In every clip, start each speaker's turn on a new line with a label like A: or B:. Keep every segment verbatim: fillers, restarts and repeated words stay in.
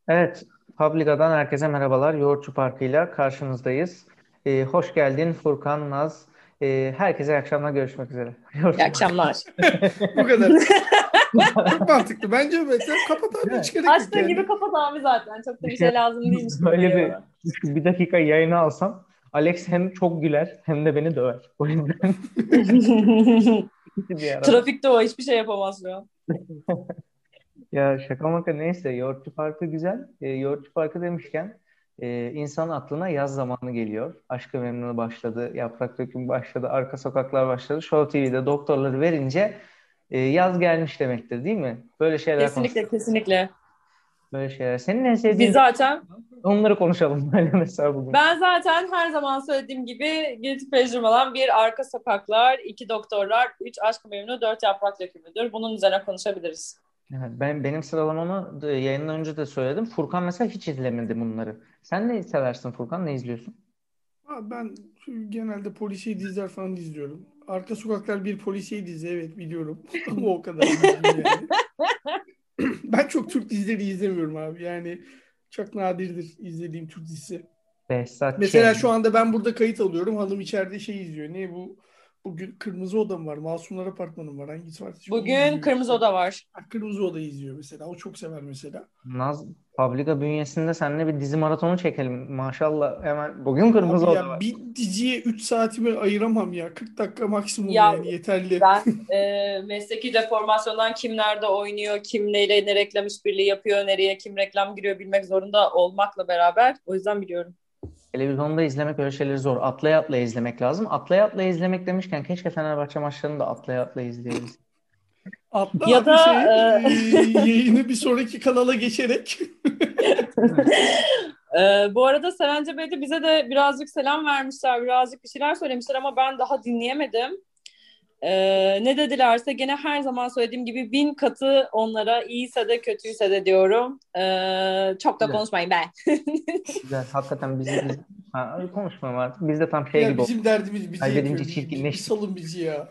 A: Evet, Publica'dan herkese merhabalar. Yoğurtçu Parkı'yla karşınızdayız. Ee, hoş geldin Furkan, Naz. Ee, herkese iyi akşamlar, görüşmek üzere.
B: İyi
A: Yoğurtçu Parkı.
B: akşamlar.
C: Bu kadar. Çok mantıklı. Bence mesela kapat abi,
A: Değil
C: hiç
A: mi?
C: gerek yok
B: Açtığın gibi
C: yani.
B: kapat abi zaten. Çok da
A: Bir
B: bir
A: şey
B: şey lazım değilmiş gibi
A: böyle
B: geliyor
A: bir
B: bana.
A: bir dakika yayına alsam Alex hem çok güler hem de beni döver. O yüzden ikisi bir arada.
B: Trafikte o hiçbir şey yapamaz şu an.
A: Ya şaka maka neyse Yoğurtçu Parkı güzel. Ee, Yoğurtçu Parkı demişken e, insan aklına yaz zamanı geliyor. Aşk-ı Memnu başladı, Yaprak Dökümü başladı, Arka Sokaklar başladı. Show T V'de doktorları verince e, yaz gelmiş demektir değil mi? Böyle şeyler
B: Kesinlikle,
A: konuşalım.
B: kesinlikle.
A: Böyle şeyler. Senin en
B: Biz
A: sevdiğin
B: zaten,
A: onları konuşalım böyle mesela bugün.
B: ben zaten her zaman söylediğim gibi guilty pleasure'ım olan bir Arka Sokaklar, iki Doktorlar, üç Aşk-ı Memnu, dört Yaprak Dökümü'dür. Bunun üzerine konuşabiliriz.
A: Evet, ben benim sıralamamı da yayından önce de söyledim. Furkan mesela hiç izlemedi bunları. Sen ne seversin Furkan? Ne izliyorsun?
C: Abi ben şu genelde polisiye diziler falan izliyorum. Arka Sokaklar bir polisiye dizi, evet biliyorum. Ama o kadar bilgim yani. Ben çok Türk dizileri izlemiyorum abi. Yani çok nadirdir izlediğim Türk dizisi.
A: Behzat Ç.
C: Mesela şu anda ben burada kayıt alıyorum. Hanım içeride şey izliyor. Ne bu? Bugün Kırmızı Odam var. Masumlar Apartmanı var. Hangisi varsa işte onu
B: Bugün
C: izliyor
B: Kırmızı
C: işte.
B: Oda var.
C: Ha, Kırmızı Oda izliyor mesela. O çok sever mesela.
A: Naz Fabrika bünyesinde seninle bir dizi maratonu çekelim. Maşallah hemen bugün Kırmızı
C: Abi
A: Oda
C: ya
A: var.
C: bir diziye üç saatimi ayıramam ya. kırk dakika maksimum
B: Ya
C: yani yeterli.
B: ben e, mesleki deformasyondan kim nerede oynuyor, kim neyle ne reklam işbirliği yapıyor, nereye kim reklam giriyor bilmek zorunda olmakla beraber. O yüzden biliyorum.
A: Televizyonda izlemek öyle şeyleri zor. Atlaya atlaya izlemek lazım. Atlaya atlaya izlemek demişken keşke Fenerbahçe maçlarını da atlaya atlaya izleyebilsek.
C: Atla
B: Ya
C: abi
B: da
C: şey e, yayını bir sonraki kanala geçerek.
B: e, e, bu arada Serence Bey de bize de birazcık selam vermişler, birazcık bir şeyler söylemişler ama ben daha dinleyemedim. Ee, ne dedilerse gene her zaman söylediğim gibi bin katı onlara iyiyse de kötüyse de diyorum. Ee, çok da
A: Güzel.
B: konuşmayın ben.
A: Güzel. Hakikaten bizi biz ha, konuşmayalım artık. Biz de tam şey
C: Ya
A: gibi oldu.
C: bizim derdimiz bizi
A: Kaybedince
C: yetiyor. Bir, bir, bir
A: çirkinleştik.
C: salın bizi ya.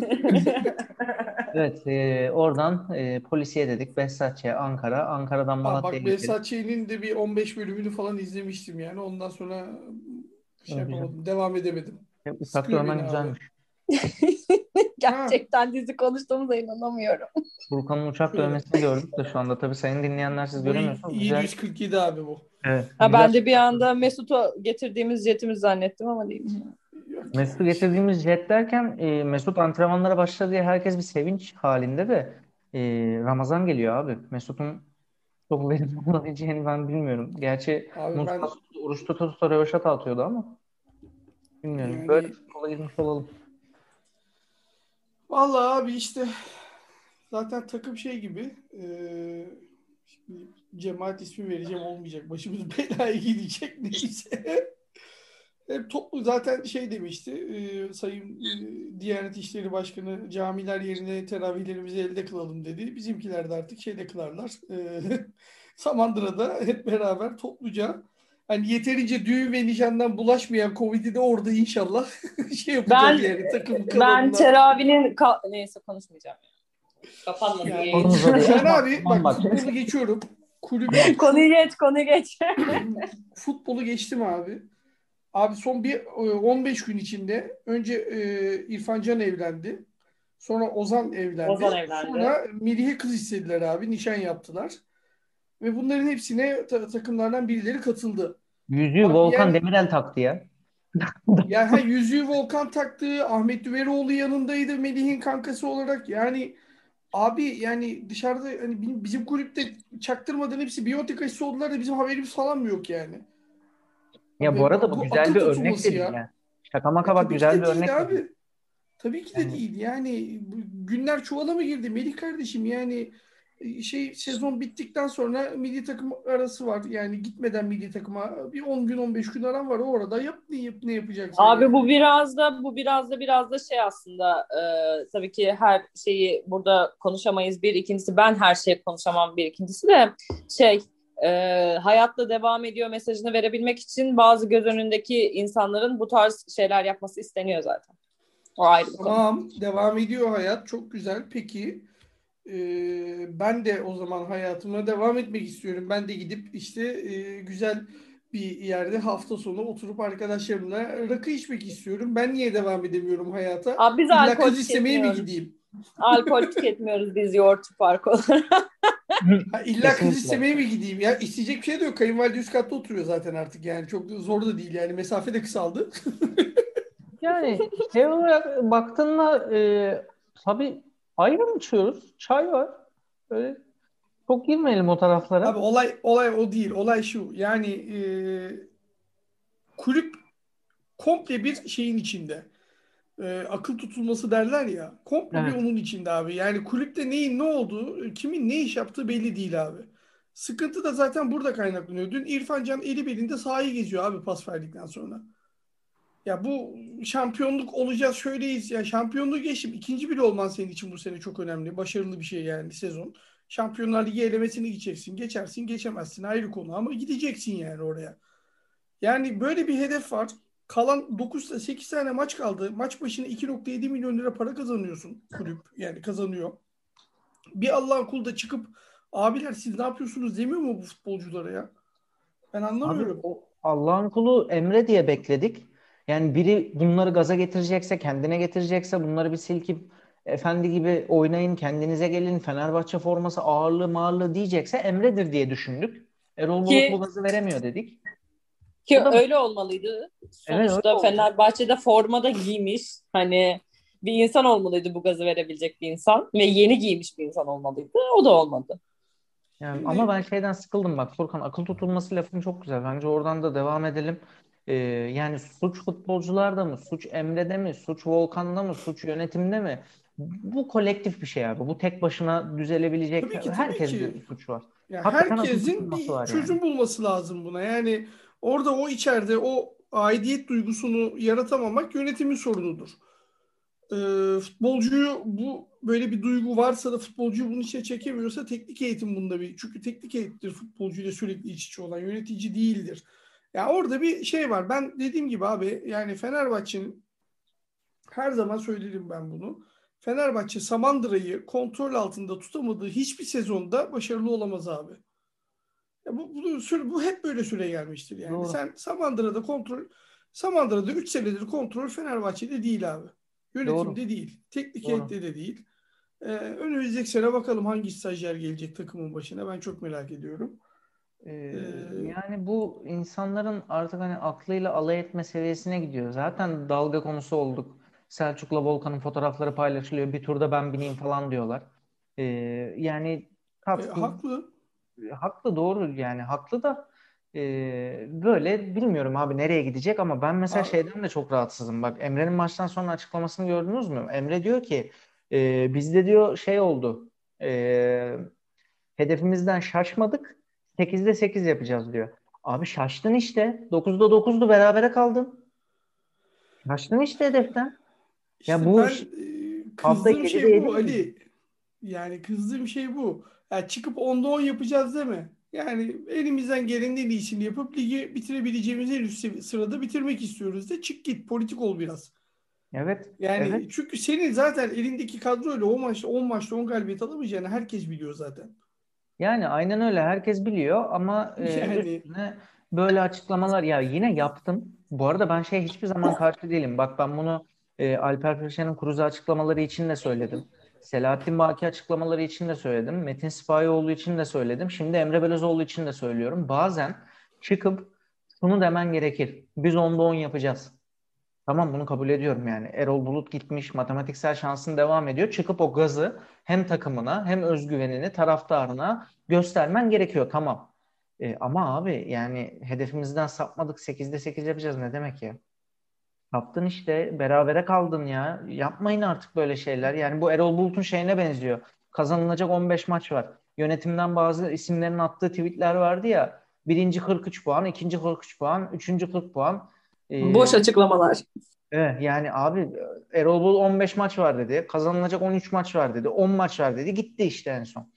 A: Evet, e, oradan e, polisiye dedik. Behzat Ç. Ankara. Ankara'dan
C: Ha,
A: Malatya'ya
C: bak
A: geçelim.
C: Behzat Ç'nin de bir on beş bölümünü falan izlemiştim yani. Ondan sonra şey
A: O güzel.
C: yapamadım. Devam edemedim.
A: E, uçak
C: Sıkıyor
A: görmen
C: beni abi.
A: güzelmiş.
C: Ha,
B: Gerçekten dizi konuştuğumuza inanamıyorum.
A: Furkan'ın uçak
C: şöyle.
A: dövmesini gördük de şu anda. Tabii sayın dinleyenler siz
C: Bu
A: göremiyorsunuz. Güzel.
C: yedi yüz kırk yedi abi bu.
A: Evet.
B: Ha,
A: Güzel.
B: ben de bir anda Mesut'u getirdiğimiz jetimiz zannettim ama değil.
C: Yok ya
A: Mesut'u getirdiğimiz jet derken e, Mesut antrenmanlara başladı diye herkes bir sevinç halinde de e, Ramazan geliyor abi. Mesut'un çok verimli olabileceğini ben bilmiyorum. Gerçi
C: abi
A: Mustafa
C: ben
A: oruç tuta tuta röveşat atıyordu ama bilmiyorum. Böyle
C: yani
A: bir kola girmiş olalım.
C: vallahi abi işte zaten takım şey gibi eee, şimdi cemaat ismi vereceğim olmayacak. Başımız belaya gidecek neyse. Hep toplu zaten şey demişti eee, Sayın eee, Diyanet İşleri Başkanı camiler yerine teravihlerimizi elde kılalım dedi. Bizimkiler de artık şeyde kılarlar. Eee Samandıra'da hep beraber topluca hani yeterince düğün ve nişandan bulaşmayan Covid'i de orada inşallah şey yapacağız
B: Ben
C: yani takım
B: ben
C: kalanına.
B: teravinin ka- neyse konuşmayacağım. Kapanmadı
C: Yani
A: Konumuz o
B: yayın.
A: değil
C: ben
A: ama
C: abi
A: aman
C: bak
A: bak.
C: futbolu geçiyorum. Kulübün
B: Konuyu geç, konuyu geç.
C: futbolu geçtim abi. Abi son bir e, on beş gün içinde önce e, İrfan Can evlendi. Sonra Ozan
B: Ozan
C: evlendi.
B: evlendi.
C: Sonra Melih'e kız istediler abi. Nişan yaptılar. Ve bunların hepsine ta- takımlardan birileri katıldı.
A: Yüzüğü
C: Abi
A: Volkan
C: yani
A: Demirel taktı ya.
C: yani ha, yüzüğü Volkan taktı. Ahmet Düveroğlu yanındaydı Melih'in kankası olarak. Yani abi yani dışarıda hani bizim bizim kulüpte çaktırmadan hepsi Biontech aşısı oldular da bizim haberimiz falan mı yok yani?
A: Ya bu
C: Abi
A: arada bu
C: bu
A: güzel
C: akıl
A: bir örnek
C: tutulması
A: de değil
C: ya.
A: yani. Şaka maka
C: E
A: bak
C: tabii ki
A: güzel
C: de
A: bir
C: değil
A: örnek de değil.
C: abi. Tabii ki de
A: Yani
C: değil. Yani bu günler çuvala mı girdi Melih kardeşim? Yani e, şey sezon bittikten sonra milli takım arası var. Yani gitmeden milli takıma bir on gün on beş gün aran var. O arada yap ne, yap, ne yapacaksan
B: Abi bu
C: yani.
B: biraz da bu biraz da biraz da şey aslında e, tabii ki her şeyi burada konuşamayız. Bir ikincisi ben her şeyi konuşamam bir ikincisi de şey e, hayatta devam ediyor mesajını verebilmek için bazı göz önündeki insanların bu tarz şeyler yapması isteniyor zaten. O ayrı bir konu.
C: Tamam devam ediyor hayat çok güzel. Peki Ee, ben de o zaman hayatıma devam etmek istiyorum. Ben de gidip işte e, güzel bir yerde hafta sonu oturup arkadaşlarımla rakı içmek istiyorum. Ben niye devam edemiyorum hayata?
B: Abi biz
C: İlla
B: alkol
C: kız istemeye mi
B: tüketmiyoruz.
C: gideyim?
B: Alkol tüketmiyoruz biz yoğurtçu fark olarak.
C: Ha, illa kız
A: Kesinlikle.
C: istemeye mi gideyim? Ya isteyecek bir şey de yok. Kayınvalide üst katta oturuyor zaten artık yani. Çok zor da değil yani. Mesafe de kısaldı.
A: Yani şey olarak baktığında e, tabii ayran içiyoruz. Çay var. Böyle çok girmeyelim o
C: Abi
A: taraflara.
C: olay olay o değil. Olay şu. Yani e, kulüp komple bir şeyin içinde. E, akıl tutulması derler ya. Komple bir
A: Evet.
C: onun içinde abi. Yani kulüpte neyin ne olduğu, kimin ne iş yaptığı belli değil abi. Sıkıntı da zaten burada kaynaklanıyor. Dün İrfan Can eli belinde sahayı geziyor abi pas verdikten sonra. Ya bu şampiyonluk olacağız şöyleyiz. Ya şampiyonluğu geçtim. İkinci bile olman senin için bu sene çok önemli. Başarılı bir şey yani sezon. Şampiyonlar Ligi elemesini gideceksin. Geçersin geçemezsin ayrı konu ama gideceksin yani oraya. Yani böyle bir hedef var. Kalan dokuz sekiz tane maç kaldı. Maç başına iki nokta yedi milyon lira para kazanıyorsun kulüp. Yani kazanıyor. Bir Allah'ın kulu da çıkıp abiler siz ne yapıyorsunuz demiyor mu bu futbolculara ya? Ben
A: Abi
C: anlamıyorum.
A: o Allah'ın kulu Emre diye bekledik. Yani biri bunları gaza getirecekse, kendine getirecekse bunları bir silkip efendi gibi oynayın, kendinize gelin, Fenerbahçe forması ağırlığı mağırlığı diyecekse Emre'dir diye düşündük. Erol Bulut bu
B: Ki
A: gazı veremiyor dedik.
B: ki
A: O da
B: öyle olmalıydı.
A: evet öyle
B: Sonuçta
A: oldu.
B: Fenerbahçe'de formada giymiş. Hani bir insan olmalıydı bu gazı verebilecek bir insan ve yeni giymiş bir insan olmalıydı. O da olmadı.
A: Yani ama
C: Şimdi
A: ben şeyden sıkıldım bak Furkan akıl tutulması lafın çok güzel. Bence oradan da devam edelim. Ee, yani suç futbolcularda mı, suç Emre'de mi, suç Volkan'da mı, suç yönetimde mi? Bu kolektif bir şey abi. Bu tek başına düzelebilecek
C: tabii ki tabii
A: herkes bir
C: ki
A: suç var.
C: ya
A: Hakikaten akıl
C: herkesin
A: tutulması
C: bir
A: var yani.
C: çözüm bulması lazım buna. Yani orada o içeride o aidiyet duygusunu yaratamamak yönetimin sorunudur. Ee, futbolcuyu bu böyle bir duygu varsa da futbolcuyu bunun içine çekemiyorsa teknik eğitim bunda bir. Çünkü teknik eğitimdir futbolcuyla sürekli iç içe olan yönetici değildir. Ya orada bir şey var. Ben dediğim gibi abi yani Fenerbahçe'nin her zaman söylerim ben bunu. Fenerbahçe Samandıra'yı kontrol altında tutamadığı hiçbir sezonda başarılı olamaz abi. Ya bu, bu, süre, bu hep böyle süre gelmiştir yani.
A: Doğru.
C: Sen Samandıra'da kontrol Samandıra'da üç senedir kontrol Fenerbahçe'de değil abi.
A: Doğru.
C: Yönetimde değil. Teknik
A: Doğru.
C: heyette de değil. Ee, önümüzdeki sene bakalım hangi stajyer gelecek takımın başına. Ben çok merak ediyorum.
A: Ee,
C: Ee,
A: yani bu insanların artık hani aklıyla alay etme seviyesine gidiyor. Zaten dalga konusu olduk. Selçuk'la Volkan'ın fotoğrafları paylaşılıyor. Bir turda ben bineyim falan diyorlar. Ee, yani
C: e,
A: tatsız,
C: haklı.
A: haklı doğru yani haklı da e, böyle bilmiyorum abi nereye gidecek ama ben mesela
C: A-
A: şeyden de çok rahatsızım. Bak Emre'nin maçtan sonra açıklamasını gördünüz mü? Emre diyor ki e, bizde diyor şey oldu. E, hedefimizden şaşmadık. sekizde sekiz yapacağız diyor. Abi şaştın işte. dokuzda dokuzdu berabere kaldın. Şaştın işte hedeften. Ya
C: İşte
A: bu
C: ben
A: ş-
C: e,
A: hafta
C: kızdığım
A: yedide
C: şey
A: yedi
C: bu
A: miydi?
C: Ali. Yani kızdığım şey bu. Ya çıkıp onda on yapacağız değil mi? Yani elimizden gelenin en iyisini yapıp ligi bitirebileceğimiz en üst sevi- sırada bitirmek istiyoruz de çık git politik ol biraz.
A: Evet. Evet.
C: Yani çünkü senin zaten elindeki kadroyla o maçta on maçta on galibiyet alamayacağını herkes biliyor zaten.
A: Yani aynen öyle herkes biliyor ama e,
C: Yani
A: üstüne böyle açıklamalar ya yine yaptım. Bu arada ben şey hiçbir zaman karşı değilim. Bak ben bunu e, Alper Kırşan'ın Kuruzu açıklamaları için de söyledim. Selahattin Baki açıklamaları için de söyledim. Metin Sipahioğlu için de söyledim. Şimdi Emre Belözoğlu için de söylüyorum. Bazen çıkıp şunu demen gerekir. Biz onda on yapacağız. Tamam bunu kabul ediyorum yani. Erol Bulut gitmiş, matematiksel şansın devam ediyor. Çıkıp o gazı hem takımına hem özgüvenini taraftarına göstermen gerekiyor. Tamam. E, ama abi yani hedefimizden sapmadık sekizde sekiz yapacağız ne demek ya? Yaptın işte berabere kaldın ya. Yapmayın artık böyle şeyler. Yani bu Erol Bulut'un şeyine benziyor. Kazanılacak on beş maç var. Yönetimden bazı isimlerin attığı tweetler vardı ya. Birinci kırk üç puan, ikinci kırk üç puan, üçüncü kırk puan. E,
B: Boş açıklamalar.
A: Evet yani abi Erol Bulut on beş maç var dedi. Kazanılacak on üç maç var dedi. on maç var dedi. Gitti işte en son.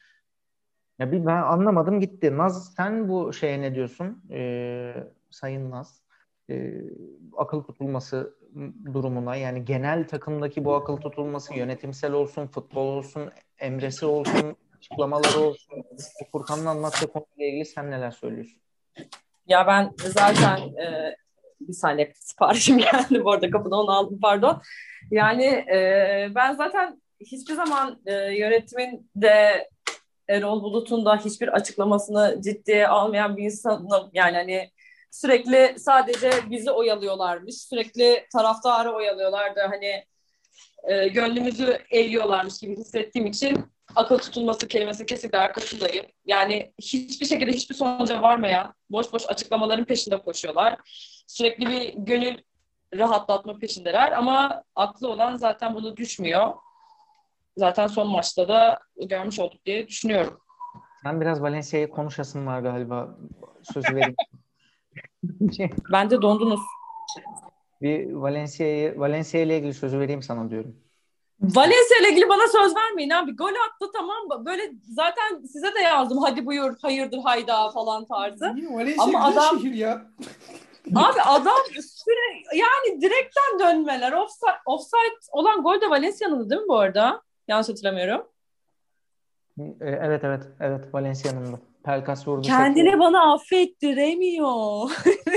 A: Ya bir ben anlamadım gitti. Naz sen bu şeye ne diyorsun? Ee, Sayın Naz. Ee, akıl tutulması durumuna, yani genel takımdaki bu akıl tutulması, yönetimsel olsun, futbol olsun, Emre'si olsun, açıklamaları olsun, bu Furkan'ın anlattığı konuyla ilgili sen neler söylüyorsun?
B: Ya ben zaten e, bir saniye siparişim geldi bu arada, kapıda onu aldım, pardon. Yani e, ben zaten hiçbir zaman e, yönetimin de Erol Bulut'un da hiçbir açıklamasını ciddiye almayan bir insanım. Yani hani sürekli sadece bizi oyalıyorlarmış. Sürekli taraftarı oyalıyorlardı. Hani e, gönlümüzü eğiyorlarmış gibi hissettiğim için akıl tutulması kelimesi kesinlikle arkasındayım. Yani hiçbir şekilde hiçbir sonuca varmayan boş boş açıklamaların peşinde koşuyorlar. Sürekli bir gönül rahatlatma peşindeler ama aklı olan zaten bunu düşmüyor. Zaten son maçta da görmüş olduk diye düşünüyorum.
A: Sen biraz Valencia'yı konuşasın var galiba. Sözü vereyim.
B: Bence dondunuz.
A: Bir Valencia'yı Valencia ile ilgili sözü vereyim sana diyorum.
B: Valencia ile ilgili bana söz vermeyin abi. Gol attı, tamam. Böyle zaten size de yazdım. Hadi buyur, hayırdır hayda falan tarzı.
C: Niye? Valencia
B: Ama
C: güzel
B: adam
C: şehir ya.
B: abi adam süre yani direkten dönmeler. Offside, offside olan gol de Valencia'nın değil mi bu arada? Yanlış hatırlamıyorum.
A: E, Evet evet evet Valencia'nın da. Pelkas vurdu
B: Kendini
A: sekti.
B: bana affettiremiyor.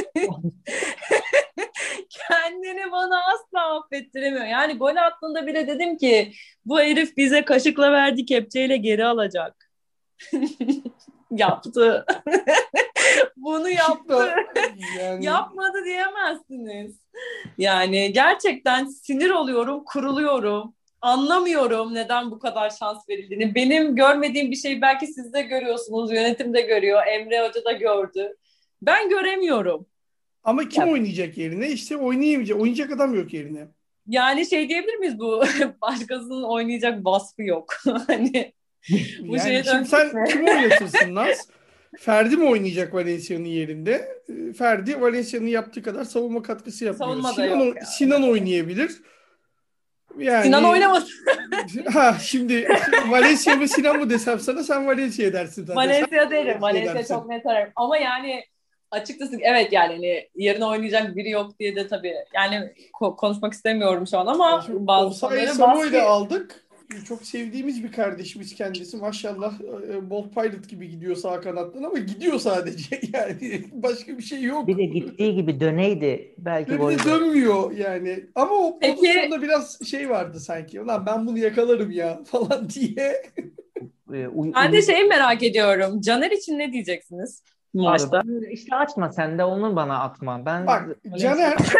B: Kendini bana asla affettiremiyor. Yani gol attığında bile dedim ki bu herif bize kaşıkla verdi, kepçeyle geri alacak. Yaptı. Bunu yaptı.
C: Yani
B: Yapmadı diyemezsiniz. Yani gerçekten sinir oluyorum, kuruluyorum. Anlamıyorum neden bu kadar şans verildiğini. Benim görmediğim bir şeyi belki siz de görüyorsunuz, yönetim de görüyor, Emre Hoca da gördü. Ben göremiyorum.
C: ama kim
B: Ya,
C: oynayacak yerine? İşte oynayamayacak. Oynayacak adam yok yerine.
B: yani şey diyebilir miyiz, bu başkasının oynayacak vasfı yok. Hani bu
C: Yani
B: şeye
C: şimdi
B: dönsek
C: sen
B: mi?
C: kimi oynatırsın Naz? Ferdi mi oynayacak Valencia'nın yerinde? Ee, Ferdi Valencia'nın yaptığı kadar savunma katkısı yapmıyor.
B: Savunma da
C: Sinan
B: yok
C: o-
B: ya.
C: Sinan oynayabilir.
B: Sinan
C: Yani
B: oynamaz.
C: ha şimdi Valencia mı Sinan mı desem sana sen Valencia dersin zaten. Sen
B: Valencia derim.
C: Valencia
B: Valencia çok
C: dersin.
B: net ararım. Ama yani açıkçası evet, yani hani yerine oynayacak biri yok diye de tabii yani ko- konuşmak istemiyorum şu an
C: Yani
B: ama
C: şimdi
B: bazı
C: Osayi
B: konuları
C: Samuel'i
B: baskı.
C: aldık. Çok sevdiğimiz bir kardeşimiz kendisi. Maşallah e, Bolt Pilot gibi gidiyor sağ kanattan ama gidiyor sadece. Yani başka bir şey
A: Bir de
C: yok.
A: gittiği gibi döneydi belki
C: Ve bir de
A: gol de.
C: dönmüyor yani. Ama o
B: Peki
C: pozisyonda biraz şey vardı sanki. Ulan ben bunu yakalarım ya falan diye.
A: E, uy-
B: ben de
A: uyuz.
B: şeyi merak ediyorum. Caner için ne diyeceksiniz bu
A: Abi
B: maçta?
A: ben işte açma sen de onu bana atma. Ben
C: Bak
A: Valencia'yı
C: Caner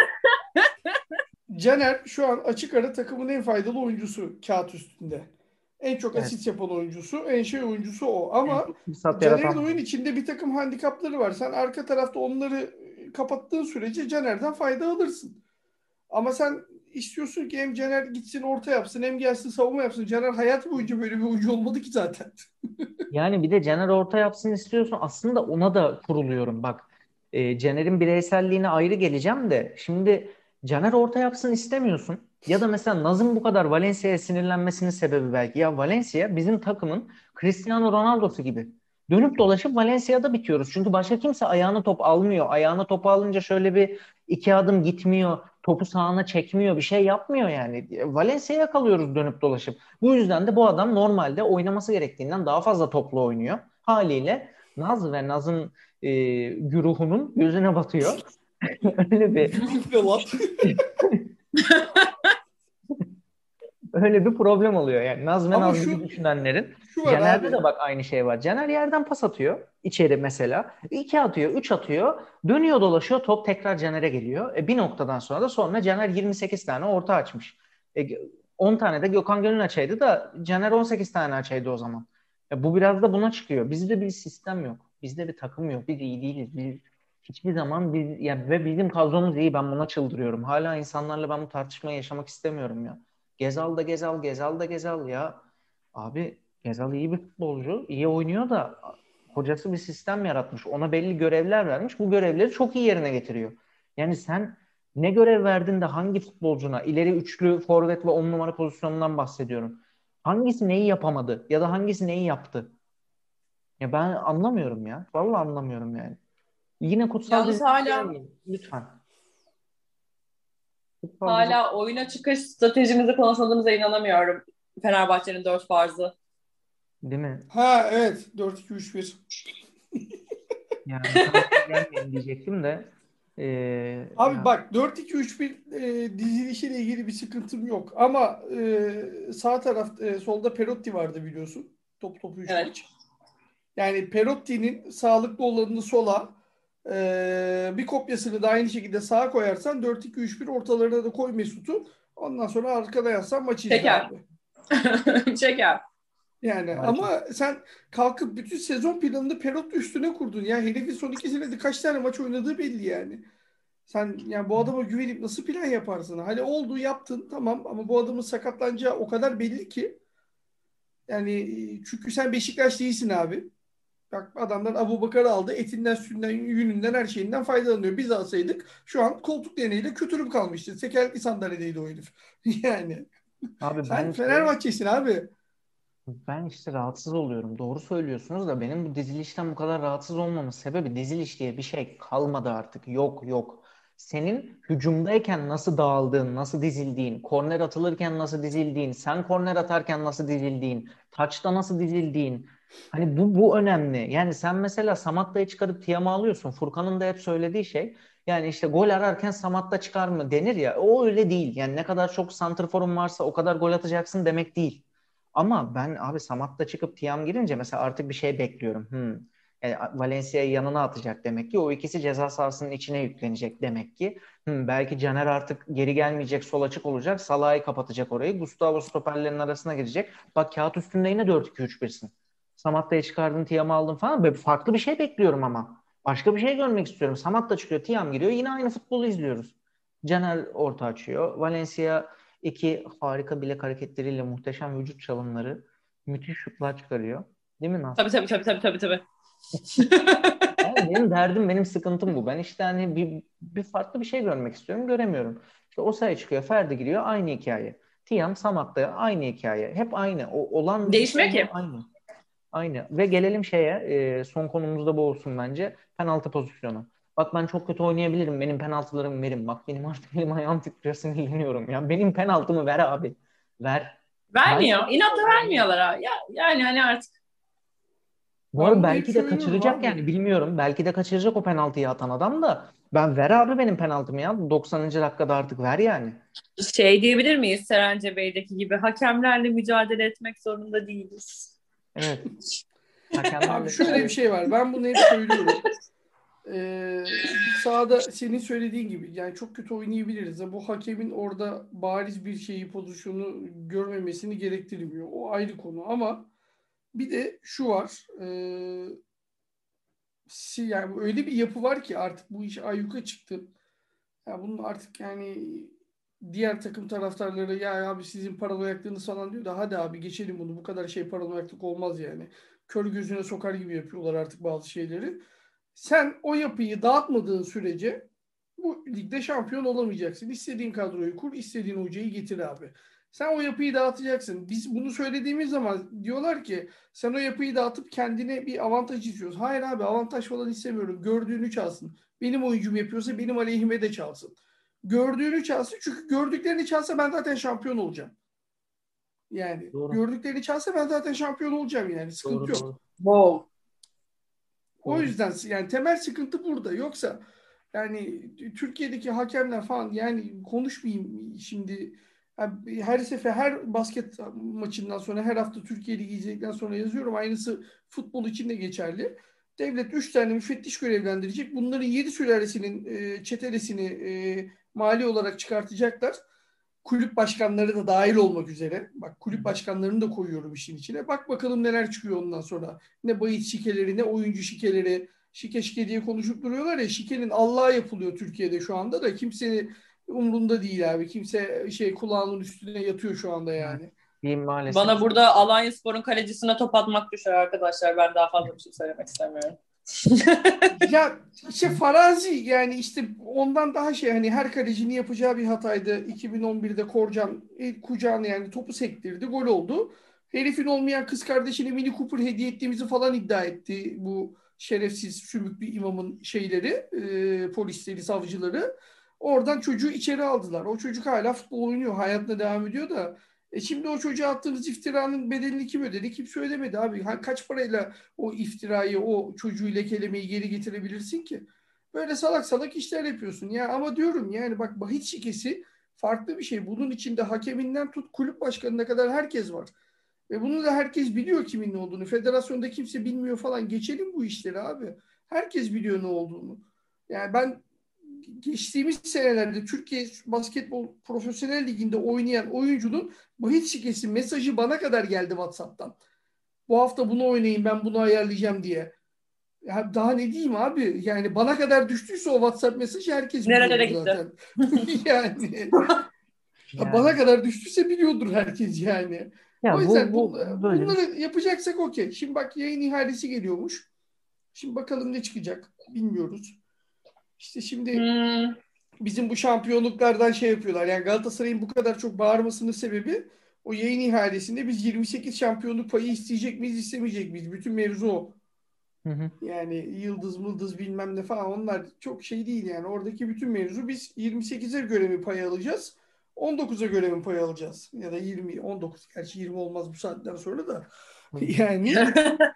C: Caner şu an açık ara takımın en faydalı oyuncusu kağıt üstünde. En çok
A: evet,
C: asist yapan oyuncusu, en şey oyuncusu o.
A: en
C: Ama
A: çok fırsat
C: Caner'in
A: yaratan.
C: oyun içinde bir takım handikapları var. Sen arka tarafta onları kapattığın sürece Caner'den fayda alırsın. Ama sen istiyorsun ki hem Caner gitsin orta yapsın hem gelsin savunma yapsın. Caner hayat boyunca böyle bir oyuncu olmadı ki zaten.
A: Yani bir de Caner orta yapsın istiyorsun. Aslında ona da kuruluyorum. Bak e, Caner'in bireyselliğine ayrı geleceğim de. Şimdi Caner orta yapsın istemiyorsun. Ya da mesela Naz'ın bu kadar Valencia'ya sinirlenmesinin sebebi belki. Ya Valencia bizim takımın Cristiano Ronaldo'su gibi. Dönüp dolaşıp Valencia'da bitiyoruz. Çünkü başka kimse ayağına top almıyor. Ayağına top alınca şöyle bir iki adım gitmiyor. Topu sağına çekmiyor. Bir şey yapmıyor yani. Valencia'ya kalıyoruz dönüp dolaşıp. Bu yüzden de bu adam normalde oynaması gerektiğinden daha fazla toplu oynuyor. Haliyle Naz ve Naz'ın e, güruhunun gözüne batıyor. Öyle bir
C: Yuh ne lan?
A: öyle bir problem oluyor. Yani Naz ve
C: Ama
A: Naz gibi
C: şu
A: düşünenlerin
C: şu var
A: Caner'de
C: abi.
A: de bak aynı şey var. Caner yerden pas atıyor içeri mesela. iki atıyor, üç atıyor. Dönüyor dolaşıyor top tekrar Caner'e geliyor. E, bir noktadan sonra da sonra Caner yirmi sekiz tane orta açmış. E, on tane de Gökhan Gönül açaydı da Caner on sekiz tane açaydı o zaman. E, bu biraz da buna çıkıyor. Bizde bir sistem yok. Bizde bir takım yok. Biz iyi değiliz. Biz hiçbir zaman biz ya ve bizim kadromuz iyi. Ben buna çıldırıyorum. Hala insanlarla ben bu tartışmayı yaşamak istemiyorum ya. Gezal da Gezal, Gezal da Gezal ya. Abi Gezal iyi bir futbolcu, iyi oynuyor da hocası bir sistem yaratmış. Ona belli görevler vermiş. Bu görevleri çok iyi yerine getiriyor. Yani sen ne görev verdin de hangi futbolcuna, ileri üçlü, forvet ve on numara pozisyonundan bahsediyorum. Hangisi neyi yapamadı ya da hangisi neyi yaptı? Ya ben anlamıyorum ya. Vallahi anlamıyorum yani. Yine kutsal
B: Yalnız
A: düzene
B: hala
A: gelmeyin lütfen. Çok fazla
B: Hala oyuna çıkış stratejimizi konuşmadığımıza inanamıyorum. Fenerbahçe'nin dört farzı.
A: değil mi?
C: Ha evet, dört iki üç bir.
A: Yani tam oraya gelmeyin diyecektim de ee,
C: Abi
A: ya
C: bak, dört iki üç bir e, dizilişiyle ilgili bir sıkıntım yok. Ama e, sağ tarafta, e, solda Perotti vardı biliyorsun. Top topu üç
B: Evet.
C: maç. Yani Perotti'nin sağlıklı olanını sola, e, bir kopyasını da aynı şekilde sağa koyarsan dört iki üç bir, ortalarına da koy Mesut'u. Ondan sonra arkada yazsan maç izle
B: Şeker.
C: abi.
B: Şeker.
C: Yani
A: harika.
C: ama sen kalkıp bütün sezon planını Perotti üstüne kurdun. Ya herifin son iki senede kaç tane maç oynadığı belli yani. Sen yani bu adama güvenip nasıl plan yaparsın? Hani oldu, yaptın, tamam, ama bu adamın sakatlanacağı o kadar belli ki. Yani çünkü sen Beşiktaş değilsin abi. Bak, adamlar Abubakar'ı aldı. Etinden, sütünden, yününden, her şeyinden faydalanıyor. Biz alsaydık şu an koltuk değneğiyle kötürüm kalmıştı. Tekerlekli sandalyedeydi o herif. Yani
A: Abi ben
C: sen
A: işte
C: Fenerbahçesin abi.
A: ben işte rahatsız oluyorum. Doğru söylüyorsunuz da benim bu dizilişten bu kadar rahatsız olmamın sebebi diziliş diye bir şey kalmadı artık. Yok yok. Senin hücumdayken nasıl dağıldığın, nasıl dizildiğin, korner atılırken nasıl dizildiğin, sen korner atarken nasıl dizildiğin, taçta nasıl dizildiğin. Hani bu bu önemli. Yani sen mesela Samatta'yı çıkarıp Tiam'ı alıyorsun. Furkan'ın da hep söylediği şey. Yani işte gol ararken Samatta çıkar mı denir ya. O öyle değil. Yani ne kadar çok santrforun varsa o kadar gol atacaksın demek değil. Ama ben abi Samat'ta çıkıp Tiam girince mesela artık bir şey bekliyorum. Hmm. Yani Valencia'yı yanına atacak demek ki. O ikisi ceza sahasının içine yüklenecek demek ki. Hmm, belki Caner artık geri gelmeyecek, sol açık olacak. Salah'ı kapatacak orayı. Gustavo stoperlerin arasına girecek. Bak kağıt üstünde yine dört iki üç birsin. Samatta'yı çıkardın, Tiam'ı aldın falan. Böyle farklı bir şey bekliyorum ama. Başka bir şey görmek istiyorum. Samatta çıkıyor, Tiam giriyor. Yine aynı futbolu izliyoruz. Caner orta açıyor. Valencia İki harika bilek hareketleriyle muhteşem vücut çalımları, müthiş şutlar çıkarıyor. Değil mi Naz?
B: Tabii tabii tabii tabii tabii tabii.
A: Yani benim derdim, benim sıkıntım bu. Ben işte hani bir, bir farklı bir şey görmek istiyorum, göremiyorum. İşte Osayi çıkıyor, Ferdi giriyor, aynı hikaye. Tiam, Samatta aynı hikaye. Hep aynı. O, olan biten
B: Değişmiyor
A: hep
B: ki.
A: aynı. Aynı. Ve gelelim şeye, e, son konumuzda bu olsun bence. Penaltı pozisyonu. Bak ben çok kötü oynayabilirim. Benim penaltılarımı verin. Bak benim artık elim ayağım titriyor, sinirleniyorum. Ya benim penaltımı ver abi. Ver. Ben
B: Vermiyor.
A: çok kötü
B: İnatla
A: oynayabilirim.
B: vermiyorlar ha. Ya, yani hani artık
A: Bu
C: Ben
A: arada
C: bunu hep
A: belki de
C: söylüyorum
A: kaçıracak
C: abi.
A: yani bilmiyorum. Belki de kaçıracak o penaltıyı atan adam da. Ben ver abi benim penaltımı ya. doksanıncı dakikada artık ver yani.
B: şey diyebilir miyiz Serence Bey'deki gibi hakemlerle mücadele etmek zorunda değiliz.
A: Evet.
C: Abi
A: Hakemlerle
C: şöyle bir
A: mücadele.
C: şey var. Ben bunu hep söylüyorum. Ee, biz sahada senin söylediğin gibi yani çok kötü oynayabiliriz. Bu hakemin orada bariz bir şeyi, pozisyonu görmemesini gerektirmiyor. O ayrı konu ama bir de şu var. Ee, si- yani öyle bir yapı var ki artık bu iş ayyuka çıktı. Ya bunun artık yani diğer takım taraftarları ya abi sizin paranoyaklığınız falan diyor da hadi abi geçelim bunu. Bu kadar şey paranoyaklık olmaz yani. Kör gözüne sokar gibi yapıyorlar artık bazı şeyleri. Sen o yapıyı dağıtmadığın sürece bu ligde şampiyon olamayacaksın. İstediğin kadroyu kur, istediğin hocayı getir abi. Sen o yapıyı dağıtacaksın. Biz bunu söylediğimiz zaman diyorlar ki sen o yapıyı dağıtıp kendine bir avantaj istiyorsun. Hayır abi, avantaj falan istemiyorum. Gördüğünü çalsın. Benim oyuncum yapıyorsa benim aleyhime de çalsın. Gördüğünü çalsın. Çünkü gördüklerini çalsa ben zaten şampiyon olacağım. Yani
A: Doğru.
C: gördüklerini çalsa ben zaten şampiyon olacağım yani. Sıkıntı
A: Doğru
C: yok.
A: doğru.
B: Wow.
C: O
A: Doğru.
C: yüzden yani temel sıkıntı burada. Yoksa yani Türkiye'deki hakemler falan, yani konuşmayayım şimdi. Yani her sefer her basket maçından sonra, her hafta Türkiye Ligi izledikten sonra yazıyorum. Aynısı futbol için de geçerli. Devlet üç tane müfettiş görevlendirecek. Bunların yedi sülalesinin e, çetelesini e, mali olarak çıkartacaklar. Kulüp başkanları da dahil olmak üzere. Bak,
A: Hı
C: kulüp
A: hı.
C: başkanlarını da koyuyorum işin içine. Bak bakalım neler çıkıyor ondan sonra. Ne bahis şikeleri, ne oyuncu şikeleri. Şike şike diye konuşup duruyorlar ya. Şikenin Allah'a yapılıyor Türkiye'de şu anda da. Kimsenin umrunda değil abi. Kimse şey kulağının üstüne yatıyor şu anda
A: Evet.
C: yani.
A: Diyeyim maalesef.
B: Bana burada Alanyaspor'un kalecisine top atmak düşer arkadaşlar. Ben daha fazla bir şey söylemek istemiyorum.
C: Ya işte farazi yani, işte ondan daha şey, hani her kalecinin yapacağı bir hataydı. iki bin on birde Korcan el kucağına yani topu sektirdi, gol oldu. Herifin olmayan kız kardeşine Mini Cooper hediye ettiğimizi falan iddia etti bu şerefsiz sümüklü imamın şeyleri, e, polisleri, savcıları. Oradan çocuğu içeri aldılar. O çocuk hala futbol oynuyor. Hayatına devam ediyor da. E şimdi o çocuğa attığınız iftiranın bedelini kim ödedi? Kimse ödemedi abi. Ha, kaç parayla o iftirayı, o çocuğu lekelemeyi geri getirebilirsin ki? Böyle salak salak işler yapıyorsun. Ya ama diyorum yani bak bahis şikesi farklı bir şey. Bunun içinde hakeminden tut kulüp başkanına kadar herkes var. Ve bunu da herkes biliyor kimin ne olduğunu. Federasyonda kimse bilmiyor falan. Geçelim bu işleri abi. Herkes biliyor ne olduğunu. Yani ben geçtiğimiz senelerde Türkiye Basketbol Profesyonel Ligi'nde oynayan oyuncunun bahis şikesi mesajı bana kadar geldi WhatsApp'tan. Bu hafta bunu oynayayım, ben bunu ayarlayacağım diye. Ya daha ne diyeyim abi? Yani bana kadar düştüyse o WhatsApp mesajı herkes
B: Nerelere
C: biliyordur
B: gitti?
C: zaten. Yani bana
A: Yani
C: kadar düştüyse biliyordur herkes yani. O
A: ya bu
C: yüzden
A: bu
C: bu,
A: böyle bir
C: bunları yapacaksak okey. Şimdi bak yayın ihalesi geliyormuş. Şimdi bakalım ne çıkacak bilmiyoruz. İşte şimdi
B: Hmm,
C: bizim bu şampiyonluklardan şey yapıyorlar. Yani Galatasaray'ın bu kadar çok bağırmasının sebebi o yayın ihalesinde biz yirmi sekiz şampiyonluk payı isteyecek miyiz istemeyecek miyiz? Bütün mevzu o.
A: hı hı.
C: Yani yıldız mıldız bilmem ne falan onlar çok şey değil yani. Oradaki bütün mevzu biz yirmi sekize göre mi pay alacağız? on dokuza göre mi pay alacağız? Ya da yirmi, on dokuz. Gerçi yirmi olmaz bu saatten sonra da. Yani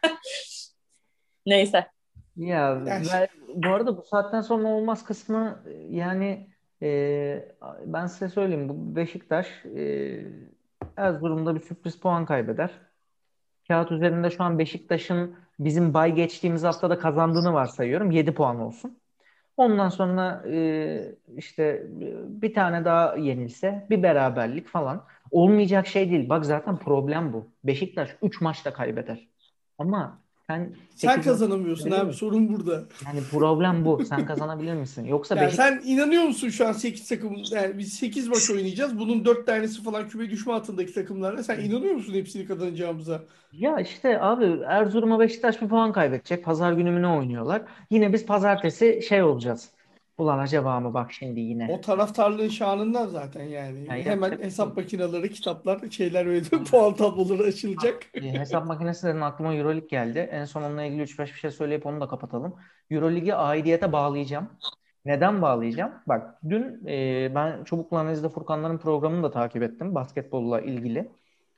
B: neyse.
A: Ya
C: yani
A: ve bu arada bu saatten sonra olmaz kısmı yani e, ben size söyleyeyim bu Beşiktaş e, Erzurum'da bir sürpriz puan kaybeder. Kağıt üzerinde şu an Beşiktaş'ın bizim bay geçtiğimiz haftada kazandığını varsayıyorum. Yedi puan olsun. Ondan sonra e, işte e, bir tane daha yenilse bir beraberlik falan. Olmayacak şey değil. Bak zaten problem bu. Beşiktaş üç maçta kaybeder. Ama sen
C: sen
A: sekiz maç
C: kazanamıyorsun
A: kazanabilir
C: abi
A: misin?
C: sorun burada.
A: Yani problem bu. Sen kazanabilir misin? Yoksa
C: Yani
A: Beşiktaş
C: sen inanıyor musun şu an sekiz takım yani biz sekiz maç oynayacağız. Bunun dört tanesi falan küme düşme hattındaki takımlarla. Sen inanıyor musun hepsini kazanacağımıza?
A: ya işte abi Erzurum'a Beşiktaş bir puan kaybedecek. Pazar günü mü ne oynuyorlar? Yine biz pazartesi şey olacağız. Ulan acaba mı bak şimdi
C: O
A: yine.
C: taraftarlığın şanından zaten
A: Yani
C: yani. Hemen
A: yapacak bir şey
C: hesap
A: yok.
C: makineleri, kitaplar, şeyler öyle
A: Aynen.
C: puan tabloları açılacak.
A: E, hesap makinesi dedin aklıma Euroleague geldi. En son onunla ilgili üç beş bir şey söyleyip onu da kapatalım. Euroleague'i aidiyete bağlayacağım. Neden bağlayacağım? Bak dün e, ben Çubuk'la Analiz'de Furkanların programını da takip ettim basketbolla ilgili.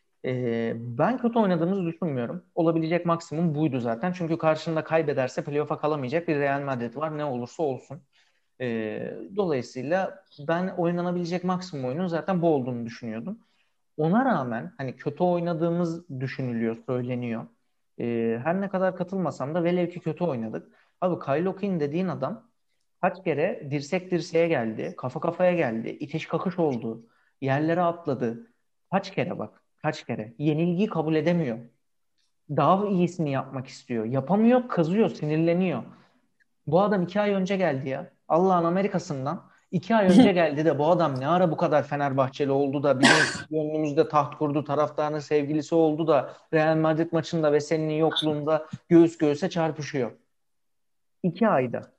A: E, ben kötü oynadığımızı düşünmüyorum. Olabilecek maksimum buydu zaten. Çünkü karşında kaybederse playoff'a kalamayacak bir Real Madrid var. Ne olursa olsun. E, dolayısıyla ben oynanabilecek maksimum oyunun zaten bu olduğunu düşünüyordum. Ona rağmen hani kötü oynadığımız düşünülüyor, söyleniyor. Ee, her ne kadar katılmasam da velev ki kötü oynadık. Abi Kyle O'Quinn dediğin adam kaç kere dirsek dirseğe geldi, kafa kafaya geldi, itiş kakış oldu, yerlere atladı. Kaç kere bak, kaç kere. Yenilgiyi kabul edemiyor. Daha iyisini yapmak istiyor. Yapamıyor, kızıyor, sinirleniyor. Bu adam iki ay önce geldi ya. Allah'ın Amerika'sından. iki ay önce geldi de bu adam ne ara bu kadar Fenerbahçeli oldu da bizim gönlümüzde taht kurdu, taraftarın sevgilisi oldu da Real Madrid maçında ve senin yokluğunda göğüs göğüse çarpışıyor. İki ayda.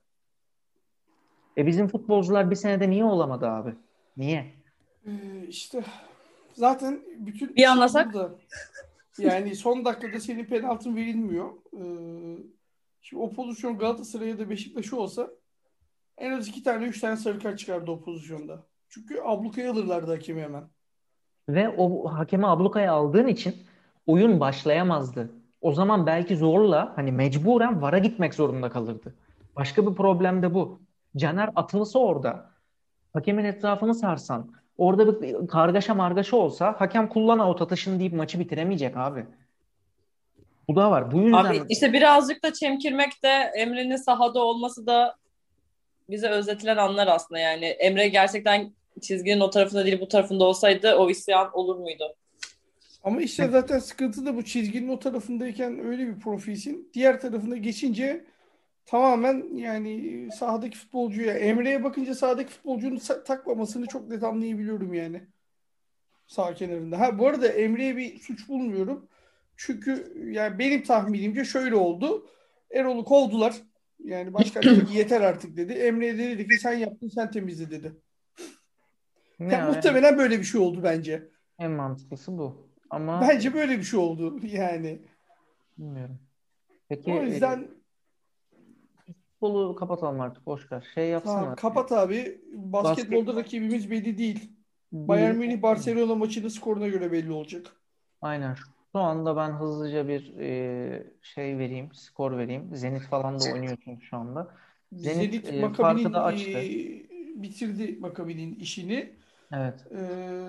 A: E bizim futbolcular bir senede niye olamadı abi? Niye?
C: Ee, işte zaten bütün
B: Bir
C: şey
B: anlasak.
C: burada. Yani son dakikada senin penaltın verilmiyor. Ee, şimdi o pozisyon Galatasaray'a da Beşiktaş'a olsa en az iki tane, üç tane sarı kart çıkardı o pozisyonda. Çünkü ablukaya alırlardı hakemi hemen.
A: Ve o hakemi ablukaya aldığın için oyun başlayamazdı. O zaman belki zorla hani mecburen VAR'a gitmek zorunda kalırdı. Başka bir problem de bu. Caner atılsa orada hakemin etrafını sarsan, orada bir kargaşa margaşa olsa hakem kullan out atışını deyip maçı bitiremeyecek abi. Bu da var. Bu
B: Abi
A: yüzden
B: işte birazcık da çemkirmek de Emre'nin sahada olması da bize özetilen anlar aslında yani. Emre gerçekten çizginin o tarafında değil bu tarafında olsaydı o isyan olur muydu?
C: Ama işte zaten sıkıntı da bu çizginin o tarafındayken öyle bir profilsin. Diğer tarafına geçince tamamen yani sahadaki futbolcuya, Emre'ye bakınca sahadaki futbolcunun sa- takmamasını çok net anlayabiliyorum yani. Sağ kenarında. Ha bu arada Emre'ye bir suç bulmuyorum. Çünkü yani benim tahminimce şöyle oldu. Erol'u kovdular. Yani başkan dedi ki yeter artık dedi. Emre'ye de dedi ki sen yaptın sen temizle dedi.
A: ne
C: Yani
A: en,
C: muhtemelen böyle bir şey oldu bence.
A: en mantıklısı bu. Ama
C: Bence böyle bir şey oldu yani.
A: bilmiyorum. Peki
C: O
A: e,
C: yüzden
A: futbolu kapatalım artık. Boş ver. Şey
C: Tamam,
A: yapsana.
C: kapat abi. Basketbolda
A: Basket
C: rakibimiz belli değil.
A: değil.
C: Bayern Münih Barcelona maçının skoruna göre belli olacak.
A: Aynen. Şu anda ben hızlıca bir e, şey vereyim, skor vereyim. Zenit falan da oynuyor çünkü şu anda. Zenit
C: Zenit
A: e, farkı
C: Maccabi'nin
A: da
C: e,
A: açtı.
C: bitirdi Maccabi'nin işini.
A: Evet.
C: E,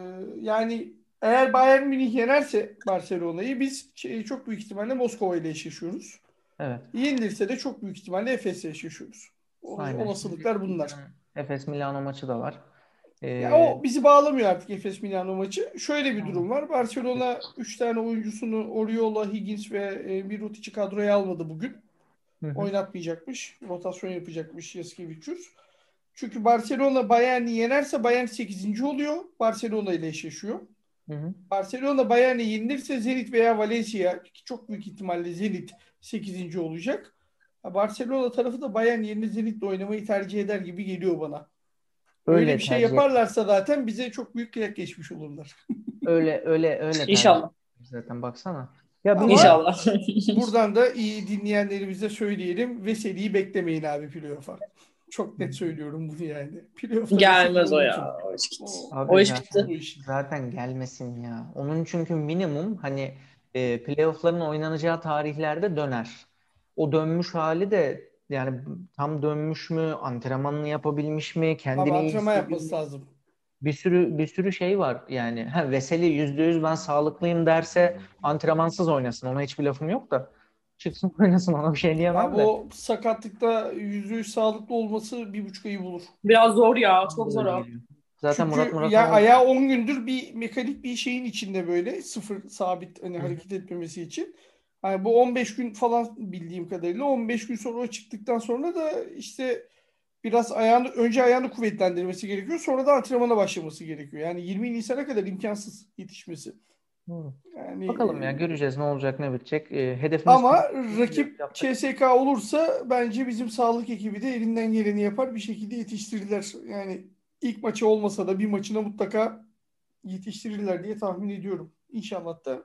C: yani eğer Bayern Münih yenerse Barcelona'yı biz şey, çok büyük ihtimalle Moskova ile eşleşiyoruz.
A: Evet.
C: Yenilirse de çok büyük ihtimalle Efes'le eşleşiyoruz. O-
A: Aynen. Şimdi
C: Olasılıklar bunlar.
A: yarın Efes Milano maçı da var.
C: Ya
A: E,
C: o bizi bağlamıyor artık Efes Milano maçı. Şöyle bir durum var. Barcelona üç tane oyuncusunu Oriola, Higgins ve e, Mirotic'i kadroya almadı bugün.
A: Hı hı.
C: Oynatmayacakmış. Rotasyon yapacakmış Yaskevicius. Çünkü Barcelona Bayern'i yenerse Bayern sekizinci oluyor. Barcelona ile eşleşiyor.
A: Hı hı.
C: Barcelona Bayern'i yenilirse Zenit veya Valencia, ki çok büyük ihtimalle Zenit sekizinci olacak. Barcelona tarafı da Bayern yerine Zenit'le oynamayı tercih eder gibi geliyor bana. Öyle
A: Öyle
C: bir şey
A: tercih et.
C: yaparlarsa zaten bize çok büyük kıyak geçmiş olurlar.
A: Öyle öyle öyle tercih
B: İnşallah.
A: et. Zaten baksana. Ya bir de
C: Ama
B: İnşallah.
C: buradan da iyi dinleyenlerimize söyleyelim. Veseli'yi beklemeyin abi playoff'a. Çok net söylüyorum bunu yani. Playoff'ta Veseli'yi
B: Gelmez o
C: unutun.
B: ya. O iş gitti.
C: O,
B: O
A: abi
B: iş
C: bitti
B: gitti.
A: zaten
C: bu iş.
A: zaten gelmesin ya. Onun çünkü minimum hani e, playoff'ların oynanacağı tarihlerde döner. O dönmüş hali de yani tam dönmüş mü, antrenmanını yapabilmiş mi,
C: Abi
A: kendini iyi
C: antrenman
A: hissediyor
C: yapması
A: mu?
C: lazım.
A: Bir sürü bir sürü şey var yani. Ha, Veseli yüzde yüz ben sağlıklıyım derse antrenmansız oynasın. Ona hiçbir lafım yok da. Çıksın oynasın, ona bir şey
C: Abi
A: diyemem de.
C: o sakatlıkta yüzde yüz sağlıklı olması bir buçuk ayı bulur.
B: Biraz zor ya.
A: Bana
B: Çok
A: da
B: zor
A: öyle
B: o.
A: geliyor. Zaten Murat
C: Çünkü ya
A: Muratoğlu.
C: ayağı on gündür bir mekanik bir şeyin içinde böyle sıfır sabit hani
A: Hı hı.
C: hareket etmemesi için. Hani bu on beş gün falan bildiğim kadarıyla on beş gün sonra o çıktıktan sonra da işte biraz ayağını önce ayağını kuvvetlendirmesi gerekiyor. Sonra da antrenmana başlaması gerekiyor. Yani yirmi Nisan'a kadar imkansız yetişmesi.
A: Hı.
C: Yani
A: Bakalım ya,
C: e,
A: göreceğiz ne olacak ne bitecek. E, hedefimiz
C: ama
A: playoff
C: rakip
A: yaptık.
C: C S K olursa bence bizim sağlık ekibi de elinden geleni yapar bir şekilde yetiştirirler. Yani ilk maçı olmasa da bir maçına mutlaka yetiştirirler diye tahmin ediyorum. İnşallah da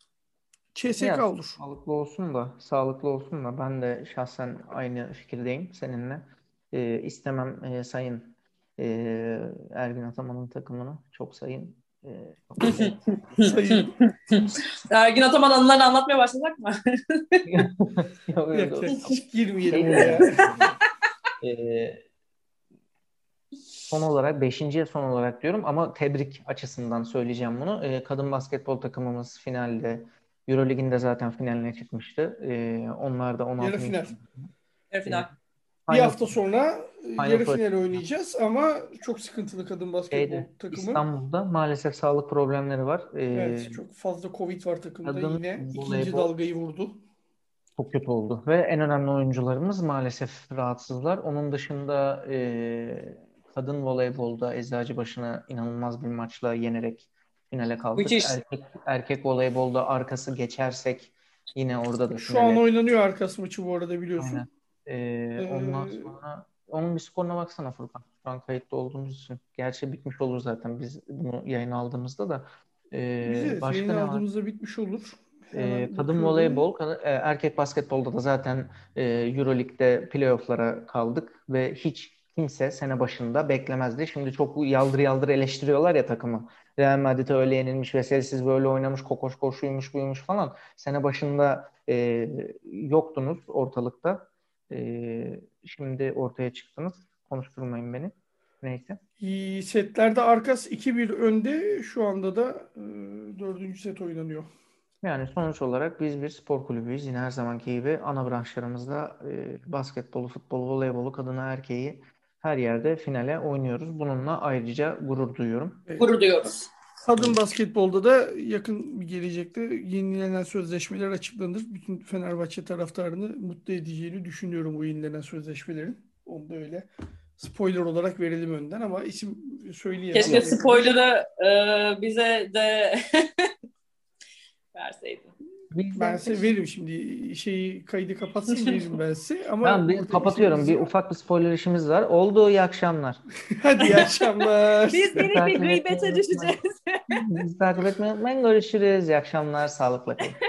A: Ya
C: C S K olur.
A: sağlıklı olsun da sağlıklı olsun da ben de şahsen aynı fikirdeyim seninle. E, istemem e, sayın e, Ergin Ataman'ın takımını çok sayın. E, çok şey.
C: Sayın.
B: Ergin Ataman anılarını anlatmaya başlasak mı?
A: Yok
C: Yok
A: yok.
C: yok hiç girmeyelim
A: Şey
C: oraya.
A: diyeceğim. E, Son olarak, beşinciye son olarak diyorum ama tebrik açısından söyleyeceğim bunu. Ee, kadın basketbol takımımız finalde, Eurolig'in de zaten finaline çıkmıştı. Ee, onlar da
C: Yarı
A: on altı
C: final.
A: Nisan
B: Yarı
A: e,
B: final.
C: Bir
A: Final
C: hafta
A: Four,
C: sonra e,
A: Final
C: yarı
A: Four
C: final oynayacağız ama çok sıkıntılı kadın basketbol
A: şeyde,
C: takımı.
A: İstanbul'da maalesef sağlık problemleri var. Ee,
C: Evet çok fazla Covid var takımda
A: kadın
C: yine ikinci
A: voleybol
C: dalgayı vurdu.
A: çok kötü oldu ve en önemli oyuncularımız maalesef rahatsızlar. Onun dışında e, kadın voleybolda Eczacıbaşı'na inanılmaz bir maçla yenerek finale kaldık.
B: Müthiş.
A: Erkek erkek voleybolda arkası geçersek yine orada da
C: Şu an
A: finale.
C: oynanıyor arkası maçı bu arada
A: Aynen.
C: biliyorsun.
A: E, ondan
C: Ee,
A: sonra onun bir skoruna baksana Furkan. Şu an kayıtlı olduğumuz için. Gerçi bitmiş olur zaten biz bunu yayın aldığımızda da.
C: biz
A: E,
C: evet yayın
A: başka ne var?
C: aldığımızda bitmiş olur.
A: E,
C: Hemen
A: kadın
C: bakıyorum.
A: voleybol, kad- e, erkek basketbolda da zaten e, Euroleague'de playoff'lara kaldık ve hiç kimse sene başında beklemezdi. Şimdi çok yaldır yaldır eleştiriyorlar ya takımı. Real Madrid'e öyle yenilmiş, Veselsiz böyle oynamış, kokoş koşuymuş buymuş falan. Sene başında e, yoktunuz ortalıkta. E, şimdi ortaya çıktınız. Konuşturmayın beni. Neyse.
C: İyi, setlerde Arkas iki bir önde. Şu anda da e, dördüncü set oynanıyor.
A: Yani sonuç olarak biz bir spor kulübüyüz. Yine her zamanki gibi ana branşlarımızda e, basketbolu, futbolu, voleybolu, kadını, erkeği her yerde finale oynuyoruz. Bununla ayrıca gurur duyuyorum.
C: Evet.
B: Gurur duyuyoruz.
C: Kadın basketbolda da yakın bir gelecekte yenilenen sözleşmeler açıklanır. Bütün Fenerbahçe taraftarını mutlu edeceğini düşünüyorum bu yenilenen sözleşmelerin. Onu da öyle spoiler olarak verelim önden ama isim söyleyemem.
B: Keşke
C: Nedir?
B: spoiler'ı e, bize de verseydin.
C: Ben
A: Bizden
C: size veririm şimdi şeyi kaydı kapatsın veririm ben size ama
A: ben bir
C: burada
A: kapatıyorum.
C: isminizi
A: Bir ufak bir spoiler işimiz var. Oldu, iyi akşamlar.
C: hadi iyi akşamlar.
B: Biz
A: Bizi
B: minik bir
A: takip etmeyi
B: gıybete
A: unutmayın.
B: düşeceğiz.
A: Bizi takip etmeyi unutmayın. Görüşürüz. İyi akşamlar. Sağlıkla kalın.